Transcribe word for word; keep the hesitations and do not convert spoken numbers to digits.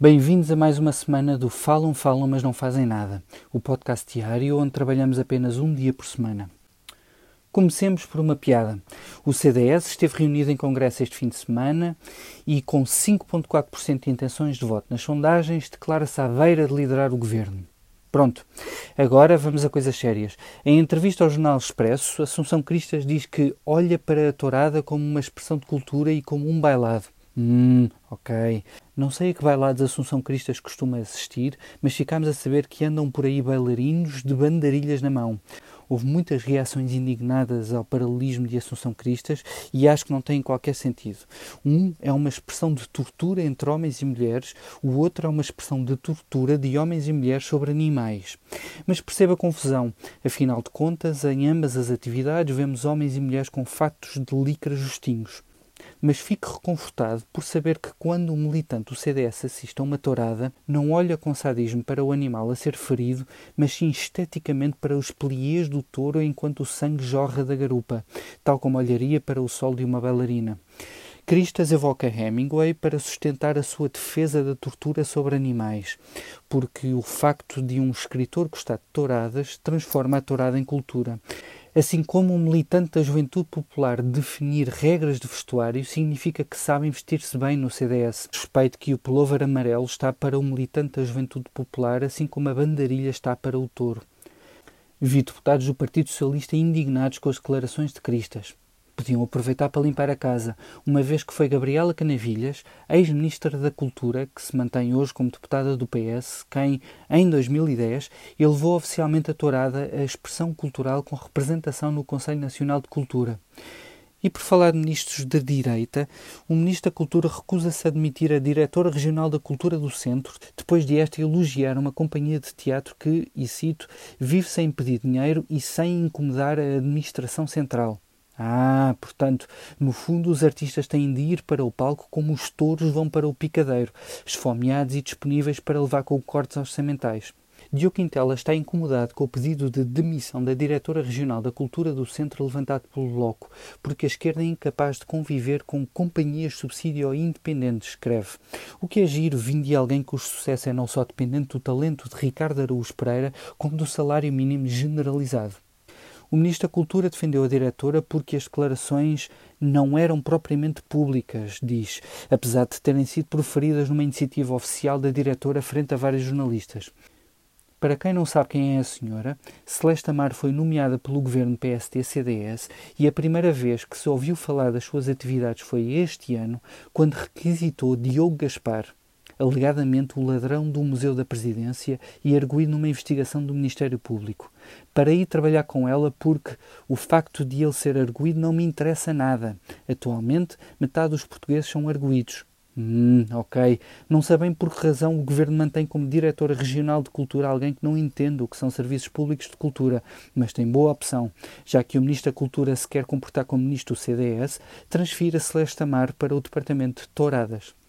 Bem-vindos a mais uma semana do Falam, Falam, mas não fazem nada, o podcast diário onde trabalhamos apenas um dia por semana. Comecemos por uma piada. O C D S esteve reunido em congresso este fim de semana e, com cinco vírgula quatro por cento de intenções de voto nas sondagens, declara-se à beira de liderar o governo. Pronto, agora vamos a coisas sérias. Em entrevista ao jornal Expresso, Assunção Cristas diz que olha para a tourada como uma expressão de cultura e como um bailado. Hum, ok. Não sei a que bailados Assunção Cristas costuma assistir, mas ficámos a saber que andam por aí bailarinos de bandarilhas na mão. Houve muitas reações indignadas ao paralelismo de Assunção Cristas e acho que não tem qualquer sentido. Um é uma expressão de tortura entre homens e mulheres, o outro é uma expressão de tortura de homens e mulheres sobre animais. Mas perceba a confusão. Afinal de contas, em ambas as atividades vemos homens e mulheres com fatos de licra justinhos. Mas fique reconfortado por saber que quando um militante do C D S assiste a uma tourada, não olha com sadismo para o animal a ser ferido, mas sim esteticamente para os pliés do touro enquanto o sangue jorra da garupa, tal como olharia para o solo de uma bailarina. Cristas evoca Hemingway para sustentar a sua defesa da tortura sobre animais, porque o facto de um escritor gostar de touradas transforma a tourada em cultura. Assim como um militante da juventude popular definir regras de vestuário significa que sabem vestir-se bem no C D S. Suspeito que o pullover amarelo está para o militante da juventude popular, assim como a bandarilha está para o touro. Vi deputados do Partido Socialista indignados com as declarações de Cristas. Podiam aproveitar para limpar a casa, uma vez que foi Gabriela Canavilhas, ex-ministra da Cultura, que se mantém hoje como deputada do P S, quem, em dois mil e dez, elevou oficialmente a tourada a expressão cultural com representação no Conselho Nacional de Cultura. E por falar de ministros de direita, o Ministro da Cultura recusa-se a admitir a Diretora Regional da Cultura do Centro, depois de esta elogiar uma companhia de teatro que, e cito, vive sem pedir dinheiro e sem incomodar a administração central. Ah, portanto, no fundo os artistas têm de ir para o palco como os touros vão para o picadeiro, esfomeados e disponíveis para levar com cortes orçamentais. Diogo Quintela está incomodado com o pedido de demissão da Diretora Regional da Cultura do Centro levantado pelo Bloco, porque a esquerda é incapaz de conviver com companhias subsídio independentes, escreve. O que é giro vindo de alguém cujo sucesso é não só dependente do talento de Ricardo Araújo Pereira, como do salário mínimo generalizado. O Ministro da Cultura defendeu a diretora porque as declarações não eram propriamente públicas, diz, apesar de terem sido proferidas numa iniciativa oficial da diretora frente a vários jornalistas. Para quem não sabe quem é a senhora, Celeste Amaro foi nomeada pelo governo P S D-C D S e a primeira vez que se ouviu falar das suas atividades foi este ano, quando requisitou Diogo Gaspar, alegadamente o ladrão do Museu da Presidência e arguido numa investigação do Ministério Público, para ir trabalhar com ela porque o facto de ele ser arguido não me interessa nada. Atualmente, metade dos portugueses são arguidos. Hum, ok. Não sabem por que razão o Governo mantém como Diretora Regional de Cultura alguém que não entende o que são serviços públicos de cultura, mas tem boa opção. Já que o Ministro da Cultura se quer comportar como Ministro do C D S, transfira Celeste Amaro para o Departamento de Touradas.